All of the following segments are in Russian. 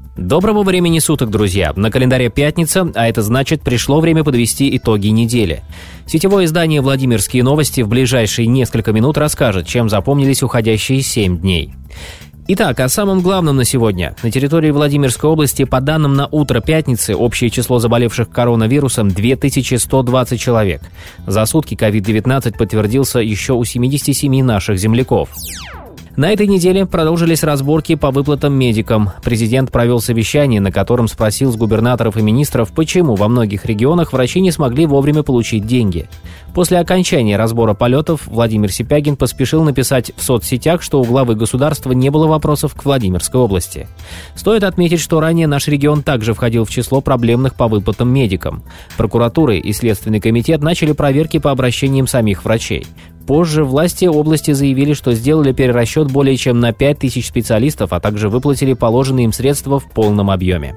Доброго времени суток, друзья! На календаре пятница, а это значит, пришло время подвести итоги недели. Сетевое издание «Владимирские новости» в ближайшие несколько минут расскажет, чем запомнились уходящие 7 дней. Итак, о самом главном на сегодня. На территории Владимирской области, по данным на утро пятницы, общее число заболевших коронавирусом 2120 человек. За сутки COVID-19 подтвердился еще у 77 наших земляков. На этой неделе продолжились разборки по выплатам медикам. Президент провел совещание, на котором спросил с губернаторов и министров, почему во многих регионах врачи не смогли вовремя получить деньги. После окончания разбора полетов Владимир Сипягин поспешил написать в соцсетях, что у главы государства не было вопросов к Владимирской области. Стоит отметить, что ранее наш регион также входил в число проблемных по выплатам медикам. Прокуратура и Следственный комитет начали проверки по обращениям самих врачей. Позже власти области заявили, что сделали перерасчет более чем на 5000 специалистов, а также выплатили положенные им средства в полном объеме.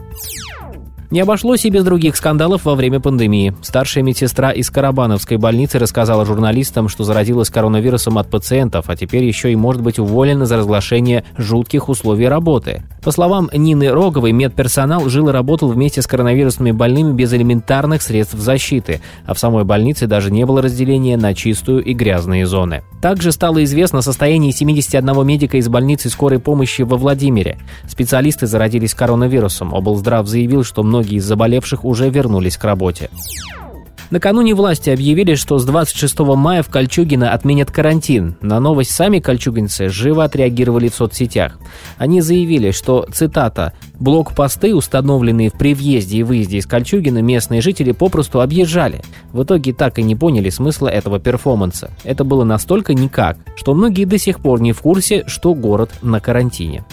Не обошлось и без других скандалов во время пандемии. Старшая медсестра из Карабановской больницы рассказала журналистам, что заразилась коронавирусом от пациентов, а теперь еще и может быть уволена за разглашение жутких условий работы. По словам Нины Роговой, медперсонал жил и работал вместе с коронавирусными больными без элементарных средств защиты, а в самой больнице даже не было разделения на чистую и грязные зоны. Также стало известно о состоянии 71 медика из больницы скорой помощи во Владимире. Специалисты заразились коронавирусом. Облздрав заявил, что многие из заболевших уже вернулись к работе. Накануне власти объявили, что с 26 мая в Кольчугино отменят карантин. На новость сами кольчугинцы живо отреагировали в соцсетях. Они заявили, что, цитата, «блокпосты, установленные при въезде и выезде из Кольчугино, местные жители попросту объезжали. В итоге так и не поняли смысла этого перформанса. Это было настолько никак, что многие до сих пор не в курсе, что город на карантине».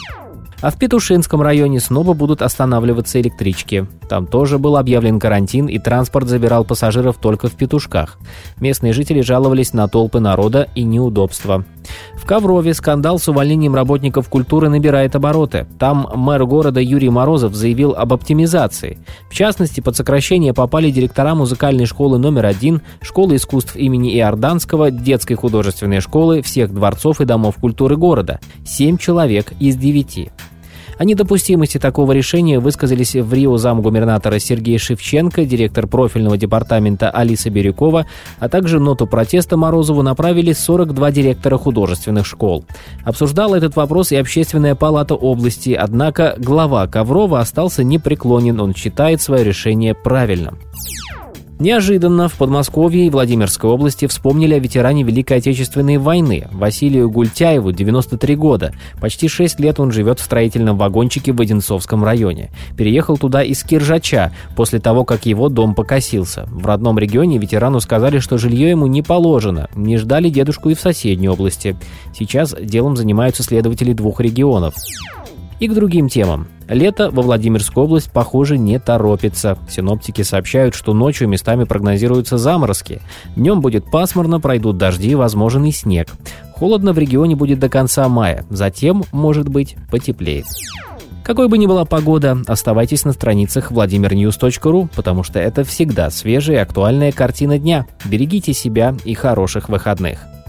А в Петушинском районе снова будут останавливаться электрички. Там тоже был объявлен карантин, и транспорт забирал пассажиров только в Петушках. Местные жители жаловались на толпы народа и неудобства. В Коврове скандал с увольнением работников культуры набирает обороты. Там мэр города Юрий Морозов заявил об оптимизации. В частности, под сокращение попали директора музыкальной школы номер 1, школы искусств имени Иорданского, детской художественной школы, всех дворцов и домов культуры города. 7 человек из 9. О недопустимости такого решения высказались в Рио замгубернатора Сергей Шевченко, директор профильного департамента Алиса Бирюкова, а также ноту протеста Морозову направили 42 директора художественных школ. Обсуждала этот вопрос и Общественная палата области, однако глава Коврова остался непреклонен, он считает свое решение правильным. Неожиданно в Подмосковье и Владимирской области вспомнили о ветеране Великой Отечественной войны Василию Гультяеву, 93 года. Почти 6 лет он живет в строительном вагончике в Одинцовском районе. Переехал туда из Киржача, после того, как его дом покосился. В родном регионе ветерану сказали, что жилье ему не положено. Не ждали дедушку и в соседней области. Сейчас делом занимаются следователи 2 регионов. И к другим темам. Лето во Владимирскую область, похоже, не торопится. Синоптики сообщают, что ночью местами прогнозируются заморозки. Днем будет пасмурно, пройдут дожди, возможен и снег. Холодно в регионе будет до конца мая, затем, может быть, потеплеет. Какой бы ни была погода, оставайтесь на страницах vladimirnews.ru, потому что это всегда свежая и актуальная картина дня. Берегите себя и хороших выходных.